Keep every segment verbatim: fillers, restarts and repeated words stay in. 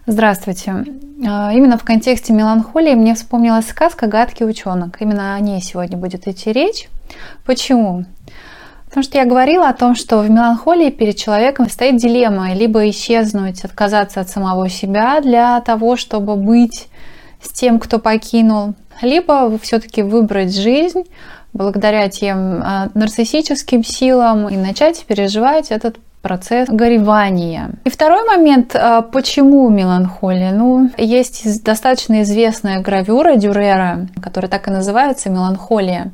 Здравствуйте. А, Именно в контексте меланхолии мне вспомнилась сказка «Гадкий утенок». Именно о ней сегодня будет идти речь. Почему? Потому что я говорила о том, что в меланхолии перед человеком стоит дилемма: либо исчезнуть, отказаться от самого себя для того, чтобы быть с тем, кто покинул, либо все-таки выбрать жизнь благодаря тем а, нарциссическим силам и начать переживать этот процесс горевания. И второй момент, почему меланхолия? Ну, есть достаточно известная гравюра Дюрера, которая так и называется «Меланхолия».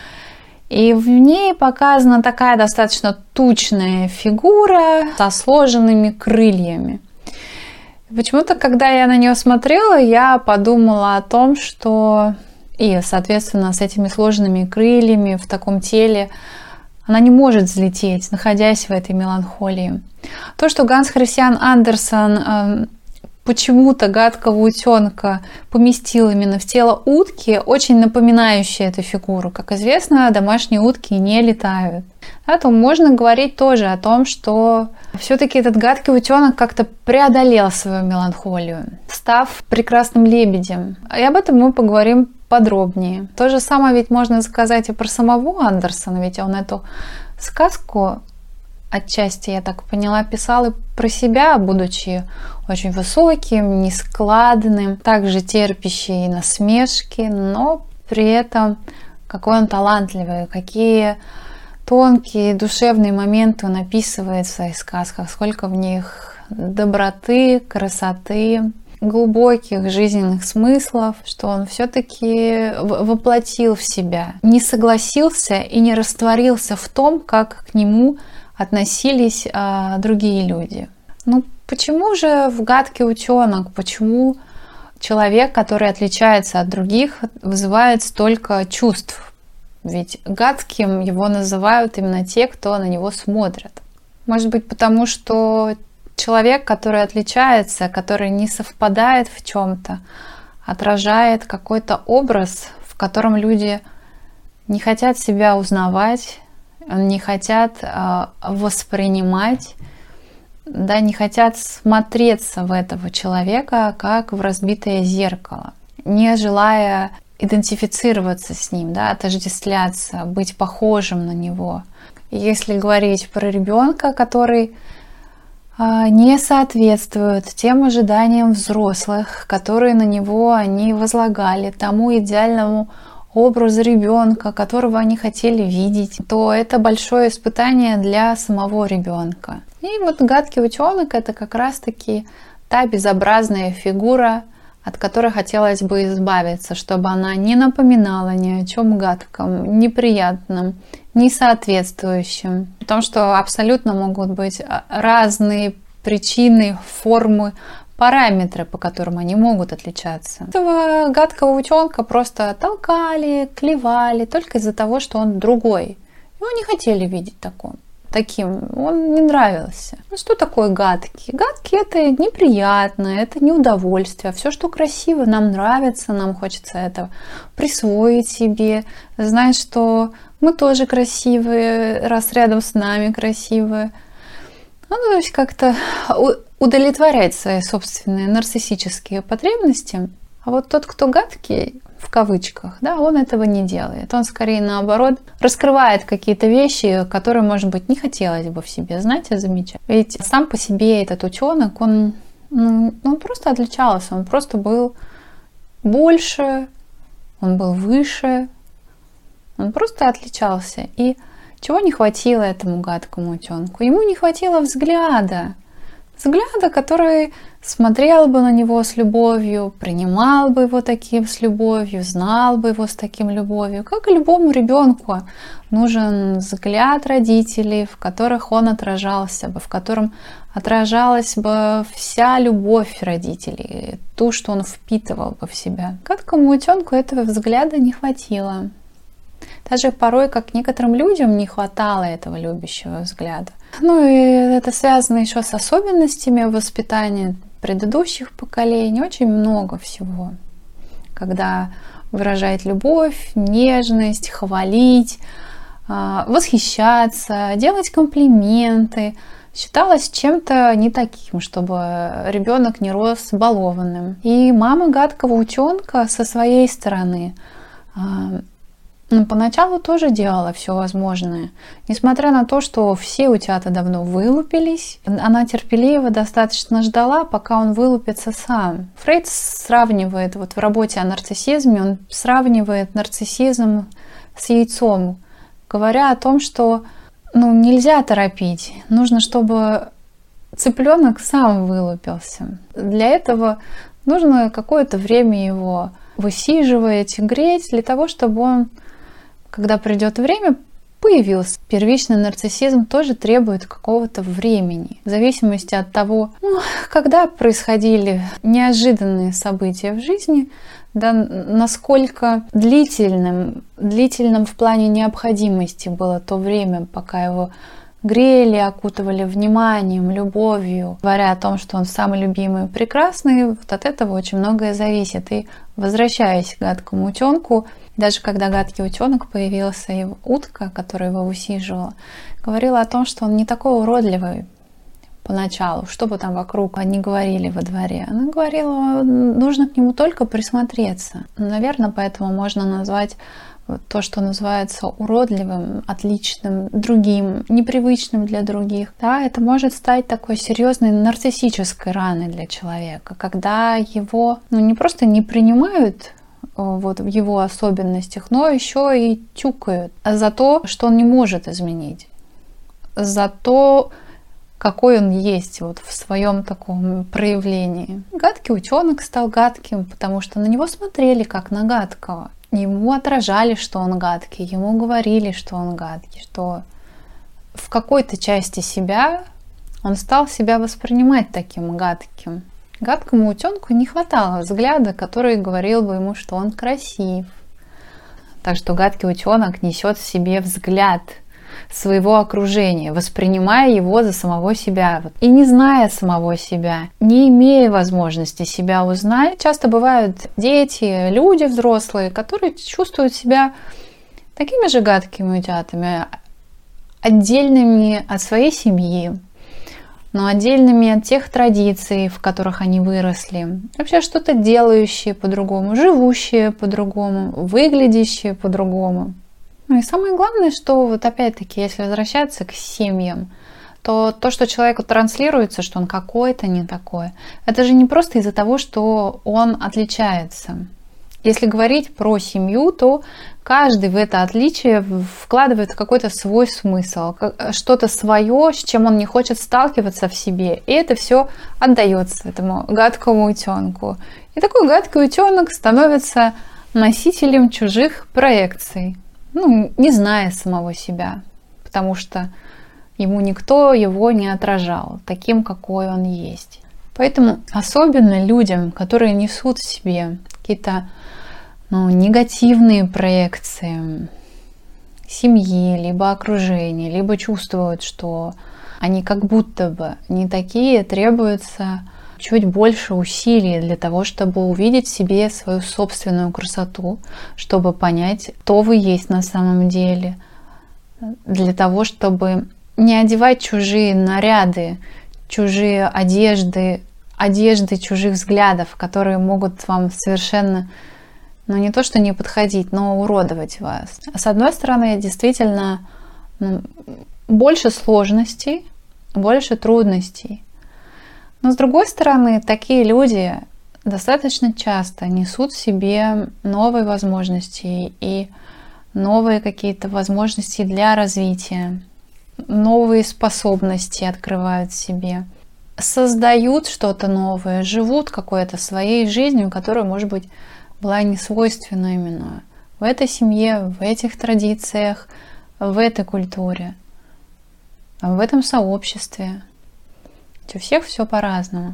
И в ней показана такая достаточно тучная фигура со сложенными крыльями. Почему-то, когда я на нее смотрела, я подумала о том, что и, соответственно, с этими сложенными крыльями в таком теле она не может взлететь, находясь в этой меланхолии. То, что Ганс Христиан Андерсен э, почему-то гадкого утенка поместил именно в тело утки, очень напоминающее эту фигуру. Как известно, домашние утки не летают. Да, то можно говорить тоже о том, что все-таки этот гадкий утенок как-то преодолел свою меланхолию, став прекрасным лебедем. И об этом мы поговорим подробнее. То же самое ведь можно сказать и про самого Андерсена, ведь он эту сказку отчасти, я так поняла, писал и про себя, будучи очень высоким, нескладным, также терпящий насмешки, но при этом какой он талантливый, какие тонкие душевные моменты он описывает в своих сказках, сколько в них доброты, красоты, глубоких жизненных смыслов, что он все-таки воплотил в себя, не согласился и не растворился в том, как к нему относились а, другие люди. Ну, почему же в «Гадкий утенок», почему человек, который отличается от других, вызывает столько чувств? Ведь гадким его называют именно те, кто на него смотрят. Может быть, потому что человек, который отличается, который не совпадает в чем-то, отражает какой-то образ, в котором люди не хотят себя узнавать, не хотят э, воспринимать, да, не хотят смотреться в этого человека, как в разбитое зеркало, не желая идентифицироваться с ним, да, отождествляться, быть похожим на него. Если говорить про ребенка, который не соответствует тем ожиданиям взрослых, которые на него они возлагали, тому идеальному образу ребенка, которого они хотели видеть, то это большое испытание для самого ребенка. И вот гадкий утенок — это как раз-таки та безобразная фигура, от которой хотелось бы избавиться, чтобы она не напоминала ни о чем гадком, неприятном, несоответствующем. Потому что абсолютно могут быть разные причины, формы, параметры, по которым они могут отличаться. Этого гадкого утенка просто толкали, клевали только из-за того, что он другой. Его не хотели видеть таким. Таким, он не нравился. Ну что такое гадкий? Гадкий — это неприятно, это неудовольствие. Все, что красиво, нам нравится, нам хочется это присвоить себе, знать, что мы тоже красивые, раз рядом с нами красивые. Ну, то есть как-то удовлетворять свои собственные нарциссические потребности. А вот тот, кто гадкий, в кавычках, да, он этого не делает. Он скорее наоборот раскрывает какие-то вещи, которые, может быть, не хотелось бы в себе знать и замечать. Ведь сам по себе этот утенок, он, ну, он просто отличался, он просто был больше, он был выше, он просто отличался. И чего не хватило этому гадкому утенку? Ему не хватило взгляда. Взгляда, который смотрел бы на него с любовью, принимал бы его таким с любовью, знал бы его с таким любовью. Как и любому ребенку нужен взгляд родителей, в которых он отражался бы, в котором отражалась бы вся любовь родителей, ту, что он впитывал бы в себя. Гадкому утенку этого взгляда не хватило. Даже порой, как некоторым людям, не хватало этого любящего взгляда. Ну и это связано еще с особенностями воспитания предыдущих поколений. Очень много всего. Когда выражать любовь, нежность, хвалить, восхищаться, делать комплименты. считалось чем-то не таким, чтобы ребенок не рос балованным. И мама гадкого утенка со своей стороны ну, поначалу тоже делала все возможное. Несмотря на то, что все утята давно вылупились, она терпеливо достаточно ждала, пока он вылупится сам. Фрейд сравнивает, вот в работе о нарциссизме, он сравнивает нарциссизм с яйцом, говоря о том, что ну, нельзя торопить, нужно, чтобы цыпленок сам вылупился. Для этого нужно какое-то время его высиживать, греть, для того, чтобы он, когда придет время, появился. Первичный нарциссизм тоже требует какого-то времени. В зависимости от того, ну, когда происходили неожиданные события в жизни, да, насколько длительным, длительным в плане необходимости было то время, пока его грели, окутывали вниманием, любовью, говоря о том, что он самый любимый и прекрасный, вот от этого очень многое зависит. И возвращаясь к гадкому утенку, даже когда гадкий утенок появился, и утка, которая его высиживала, говорила о том, что он не такой уродливый поначалу, что бы там вокруг они говорили во дворе. Она говорила, нужно к нему только присмотреться. Наверное, поэтому можно назвать то, что называется уродливым, отличным, другим, непривычным для других. Да, это может стать такой серьезной нарциссической раной для человека, когда его ну, не просто не принимают вот, в его особенностях, но еще и тюкают за то, что он не может изменить, за то, какой он есть вот в своем таком проявлении. Гадкий утенок стал гадким, потому что на него смотрели как на гадкого. Ему отражали, что он гадкий, ему говорили, что он гадкий, что в какой-то части себя он стал себя воспринимать таким гадким. Гадкому утенку не хватало взгляда, который говорил бы ему, что он красив. Так что гадкий утенок несет в себе взгляд своего окружения, воспринимая его за самого себя. И не зная самого себя, не имея возможности себя узнать, часто бывают дети, люди взрослые, которые чувствуют себя такими же гадкими утятами, отдельными от своей семьи, но отдельными от тех традиций, в которых они выросли. Вообще что-то делающие по-другому, живущие по-другому, выглядящие по-другому. Ну и самое главное, что вот опять-таки, если возвращаться к семьям, то то, что человеку транслируется, что он какой-то не такой, это же не просто из-за того, что он отличается. Если говорить про семью, то каждый в это отличие вкладывает какой-то свой смысл, что-то свое, с чем он не хочет сталкиваться в себе. И это все отдается этому гадкому утенку. И такой гадкий утенок становится носителем чужих проекций. Ну, не зная самого себя, потому что ему никто его не отражал таким, какой он есть. Поэтому особенно людям, которые несут в себе какие-то ну, негативные проекции семьи, либо окружения, либо чувствуют, что они как будто бы не такие, требуется чуть больше усилий для того, чтобы увидеть в себе свою собственную красоту, чтобы понять, кто вы есть на самом деле, для того, чтобы не одевать чужие наряды, чужие одежды, одежды чужих взглядов, которые могут вам совершенно, ну не то что не подходить, но уродовать вас. А с одной стороны, действительно ну, больше сложностей, больше трудностей. Но с другой стороны, такие люди достаточно часто несут в себе новые возможности и новые какие-то возможности для развития, новые способности открывают в себе, создают что-то новое, живут какой-то своей жизнью, которая, может быть, была не свойственна именно в этой семье, в этих традициях, в этой культуре, в этом сообществе. У всех все по-разному.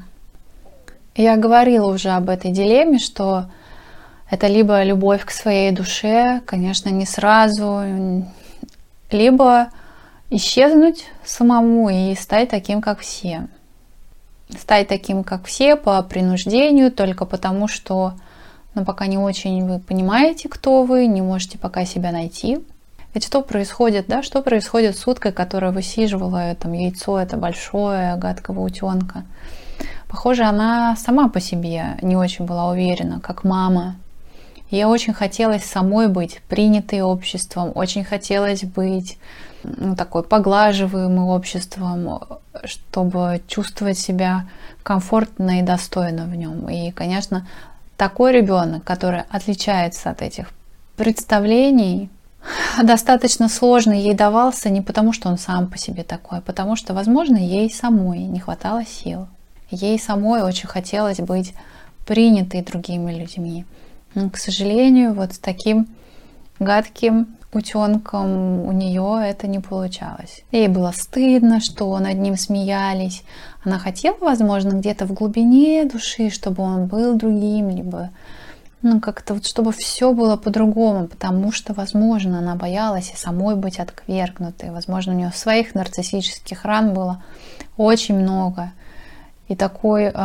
Я говорила уже об этой дилемме, что это либо любовь к своей душе, конечно, не сразу, либо исчезнуть самому и стать таким, как все. Стать таким, как все, по принуждению, только потому, что ну, пока не очень вы понимаете, кто вы, не можете пока себя найти. Ведь что происходит, да, что происходит с уткой, которая высиживала там яйцо, это большое, гадкого утенка? Похоже, она сама по себе не очень была уверена, как мама. Ей очень хотелось самой быть принятой обществом, очень хотелось быть ну, такой поглаживаемой обществом, чтобы чувствовать себя комфортно и достойно в нем. И, конечно, такой ребенок, который отличается от этих представлений, достаточно сложно ей давался не потому, что он сам по себе такой, а потому что, возможно, ей самой не хватало сил. Ей самой очень хотелось быть принятой другими людьми. Но, к сожалению, вот с таким гадким утенком у нее это не получалось. Ей было стыдно, что над ним смеялись. Она хотела, возможно, где-то в глубине души, чтобы он был другим, либо ну, как-то вот, чтобы все было по-другому, потому что, возможно, она боялась и самой быть отвергнутой. Возможно, у нее своих нарциссических ран было очень много. И такой э,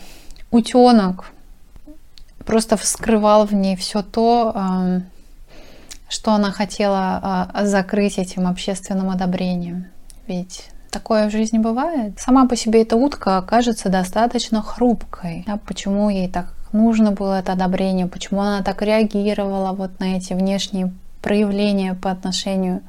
утенок просто вскрывал в ней все то, э, что она хотела э, закрыть этим общественным одобрением. Ведь такое в жизни бывает. Сама по себе эта утка окажется достаточно хрупкой. Да, почему ей так нужно было это одобрение, почему она так реагировала вот на эти внешние проявления по отношению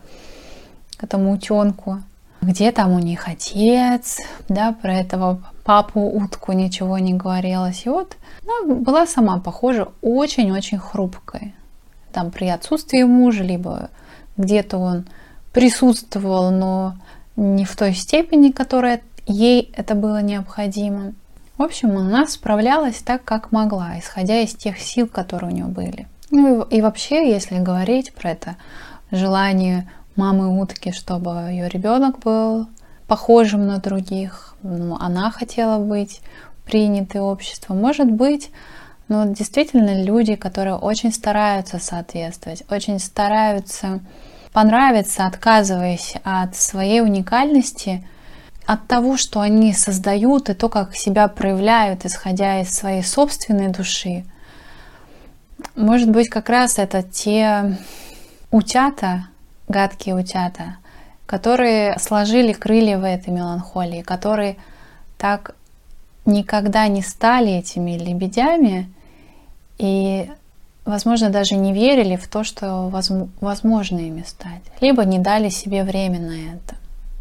к этому утенку. Где там у них отец, да, про этого папу-утку ничего не говорилось. И вот она была сама, похоже, очень-очень хрупкой. Там при отсутствии мужа, либо где-то он присутствовал, но не в той степени, которая ей это было необходимо. В общем, она справлялась так, как могла, исходя из тех сил, которые у нее были. Ну и, и вообще, если говорить про это желание мамы утки, чтобы ее ребенок был похожим на других, ну, она хотела быть принятой обществом. Может быть, но действительно люди, которые очень стараются соответствовать, очень стараются понравиться, отказываясь от своей уникальности, от того, что они создают, и то, как себя проявляют, исходя из своей собственной души. Может быть, как раз это те утята, гадкие утята, которые сложили крылья в этой меланхолии, которые так никогда не стали этими лебедями и, возможно, даже не верили в то, что возможно ими стать, либо не дали себе время на это.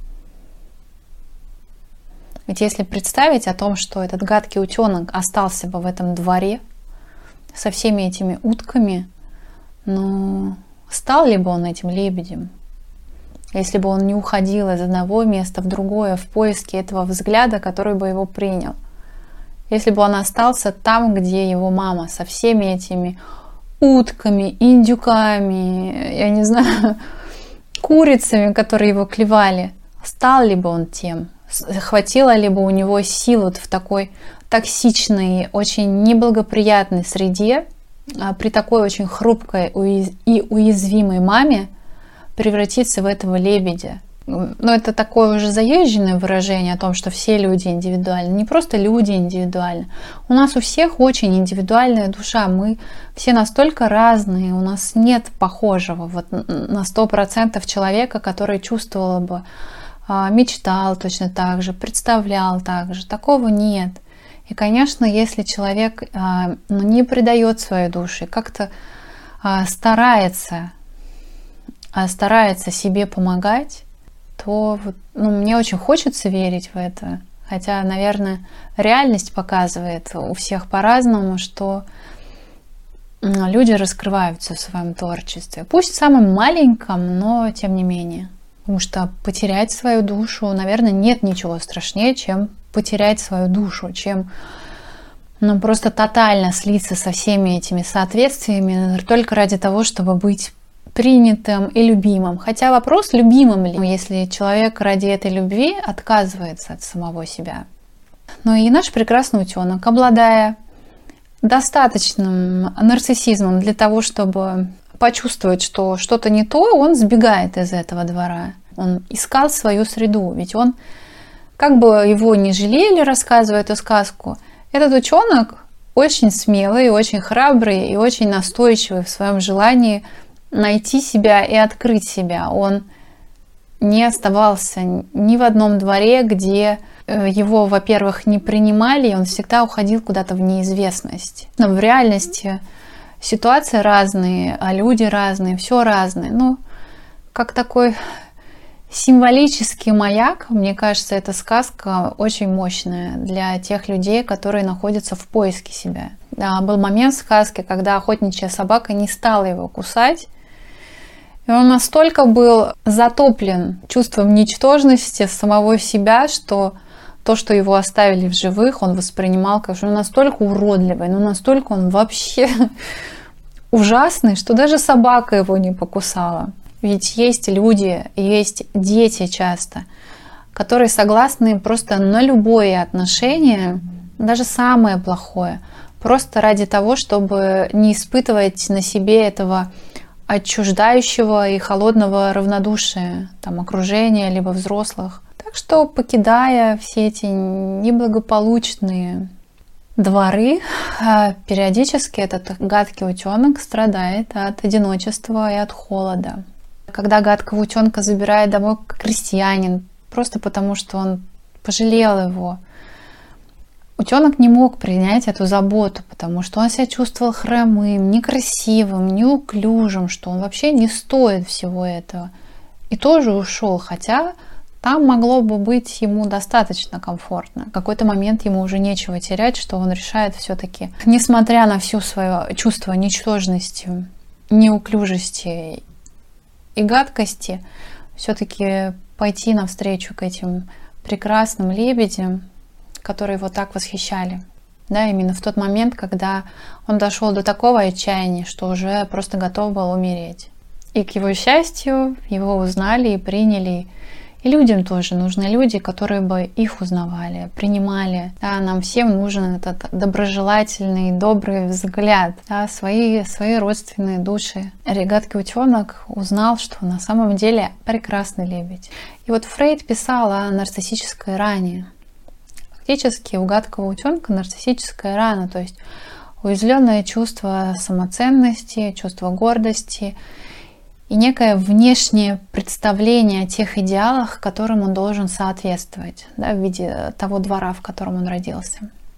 Ведь если представить о том, что этот гадкий утенок остался бы в этом дворе со всеми этими утками, ну, стал ли бы он этим лебедем? Если бы он не уходил из одного места в другое в поиске этого взгляда, который бы его принял. Если бы он остался там, где его мама, со всеми этими утками, индюками, я не знаю, курицами, которые его клевали, стал ли бы он тем? Хватило ли бы у него сил вот в такой токсичной, очень неблагоприятной среде, при такой очень хрупкой и уязвимой маме превратиться в этого лебедя? Но это такое уже заезженное выражение о том, что все люди индивидуальны. Не просто люди индивидуальны. У нас у всех очень индивидуальная душа. Мы все настолько разные. У нас нет похожего вот на сто процентов человека, который чувствовал бы, мечтал точно так же, представлял так же. Такого нет. И, конечно, если человек ну, не предает своей душе, как-то старается, старается себе помогать, то ну, мне очень хочется верить в это. Хотя, наверное, реальность показывает у всех по-разному, что люди раскрываются в своем творчестве. Пусть в самом маленьком, но тем не менее. Потому что потерять свою душу, наверное, нет ничего страшнее, чем потерять свою душу, чем ну, просто тотально слиться со всеми этими соответствиями только ради того, чтобы быть принятым и любимым. Хотя вопрос, любимым ли, если человек ради этой любви отказывается от самого себя. Но и наш прекрасный утенок, обладая достаточным нарциссизмом для того, чтобы почувствовать, что что-то не то, он сбегает из этого двора. Он искал свою среду, ведь он, как бы его ни жалели, рассказывая эту сказку, этот утенок очень смелый, очень храбрый и очень настойчивый в своем желании найти себя и открыть себя. Он не оставался ни в одном дворе, где его, во-первых, не принимали, и он всегда уходил куда-то в неизвестность. Но в реальности ситуации разные, а люди разные, все разное. Ну, как такой символический маяк, мне кажется, эта сказка очень мощная для тех людей, которые находятся в поиске себя. Да, был момент в сказке, когда охотничья собака не стала его кусать, и он настолько был затоплен чувством ничтожности самого себя, что то, что его оставили в живых, он воспринимал как что он настолько уродливый, но настолько он вообще ужасный, что даже собака его не покусала. Ведь есть люди, есть дети часто, которые согласны просто на любое отношение, даже самое плохое, просто ради того, чтобы не испытывать на себе этого отчуждающего и холодного равнодушия, там, окружения, либо взрослых. Так что, покидая все эти неблагополучные дворы, периодически этот гадкий утенок страдает от одиночества и от холода. Когда гадкого утенка забирает домой крестьянин, просто потому что он пожалел его, утенок не мог принять эту заботу, потому что он себя чувствовал хромым, некрасивым, неуклюжим, что он вообще не стоит всего этого. И тоже ушел, хотя там могло бы быть ему достаточно комфортно. В какой-то момент ему уже нечего терять, что он решает все-таки, несмотря на всю свое чувство ничтожности, неуклюжести и гадкости, все-таки пойти навстречу к этим прекрасным лебедям, которые его так восхищали. Да, именно в тот момент, когда он дошел до такого отчаяния, что уже просто готов был умереть. И к его счастью, его узнали и приняли. И людям тоже нужны люди, которые бы их узнавали, принимали. Да, нам всем нужен этот доброжелательный, добрый взгляд, да, свои, свои родственные души. Гадкий утенок узнал, что на самом деле прекрасный лебедь. И вот Фрейд писал о нарциссической ране. Фактически у гадкого утенка нарциссическая рана, то есть уязвленное чувство самоценности, чувство гордости и некое внешнее представление о тех идеалах, которым он должен соответствовать, да, в виде того двора, в котором он родился,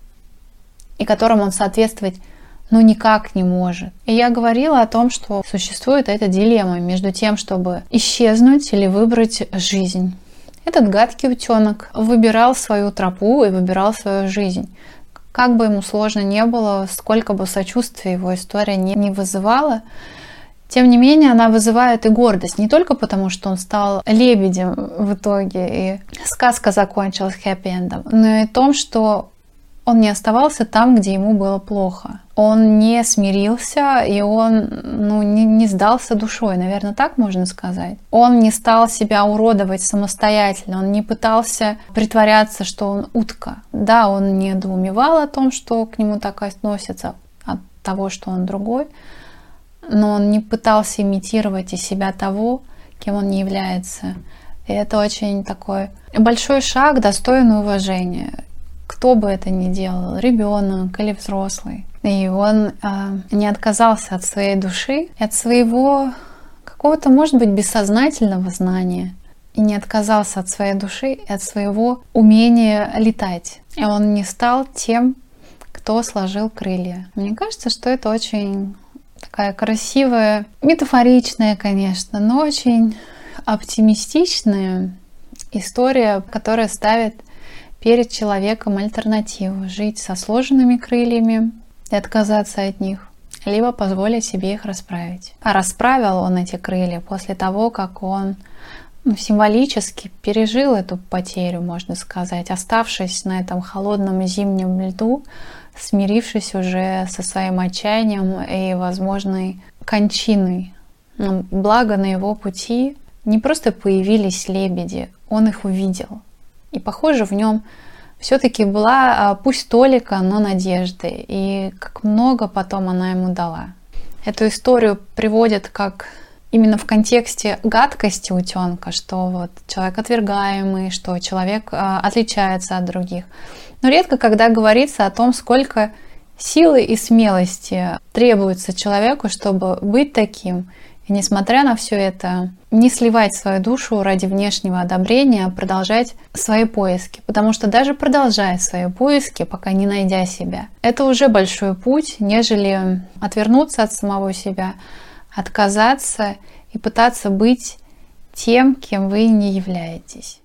и которым он соответствовать ну никак не может. И я говорила о том, что существует эта дилемма между тем, чтобы исчезнуть или выбрать жизнь. Этот гадкий утенок выбирал свою тропу и выбирал свою жизнь. Как бы ему сложно не было, сколько бы сочувствия его история не, не вызывала, тем не менее она вызывает и гордость. Не только потому, что он стал лебедем в итоге, и сказка закончилась хэппи-эндом, но и в том, что он не оставался там, где ему было плохо. Он не смирился, и он ну, не, не сдался душой, наверное, так можно сказать. Он не стал себя уродовать самостоятельно, он не пытался притворяться, что он утка. Да, он не недоумевал о том, что к нему так относятся, от того, что он другой, но он не пытался имитировать из себя того, кем он не является. И это очень такой большой шаг, достойный уважения. Кто бы это ни делал, ребенок или взрослый. И он э, не отказался от своей души, от своего какого-то, может быть, бессознательного знания. И не отказался от своей души и от своего умения летать. И он не стал тем, кто сложил крылья. Мне кажется, что это очень такая красивая, метафоричная, конечно, но очень оптимистичная история, которая ставит перед человеком альтернативу: жить со сложенными крыльями и отказаться от них, либо позволить себе их расправить. А расправил он эти крылья после того, как он ну, символически пережил эту потерю, можно сказать, оставшись на этом холодном зимнем льду, смирившись уже со своим отчаянием и возможной кончиной. Но благо на его пути не просто появились лебеди, он их увидел. И, похоже, в нем все-таки была, пусть толика, но надежды. И как много потом она ему дала. Эту историю приводят как именно в контексте гадкости утенка, что вот человек отвергаемый, что человек отличается от других. Но редко когда говорится о том, сколько силы и смелости требуется человеку, чтобы быть таким И несмотря на все это, не сливать свою душу ради внешнего одобрения, а продолжать свои поиски. Потому что даже продолжая свои поиски, пока не найдя себя, это уже большой путь, нежели отвернуться от самого себя, отказаться и пытаться быть тем, кем вы не являетесь.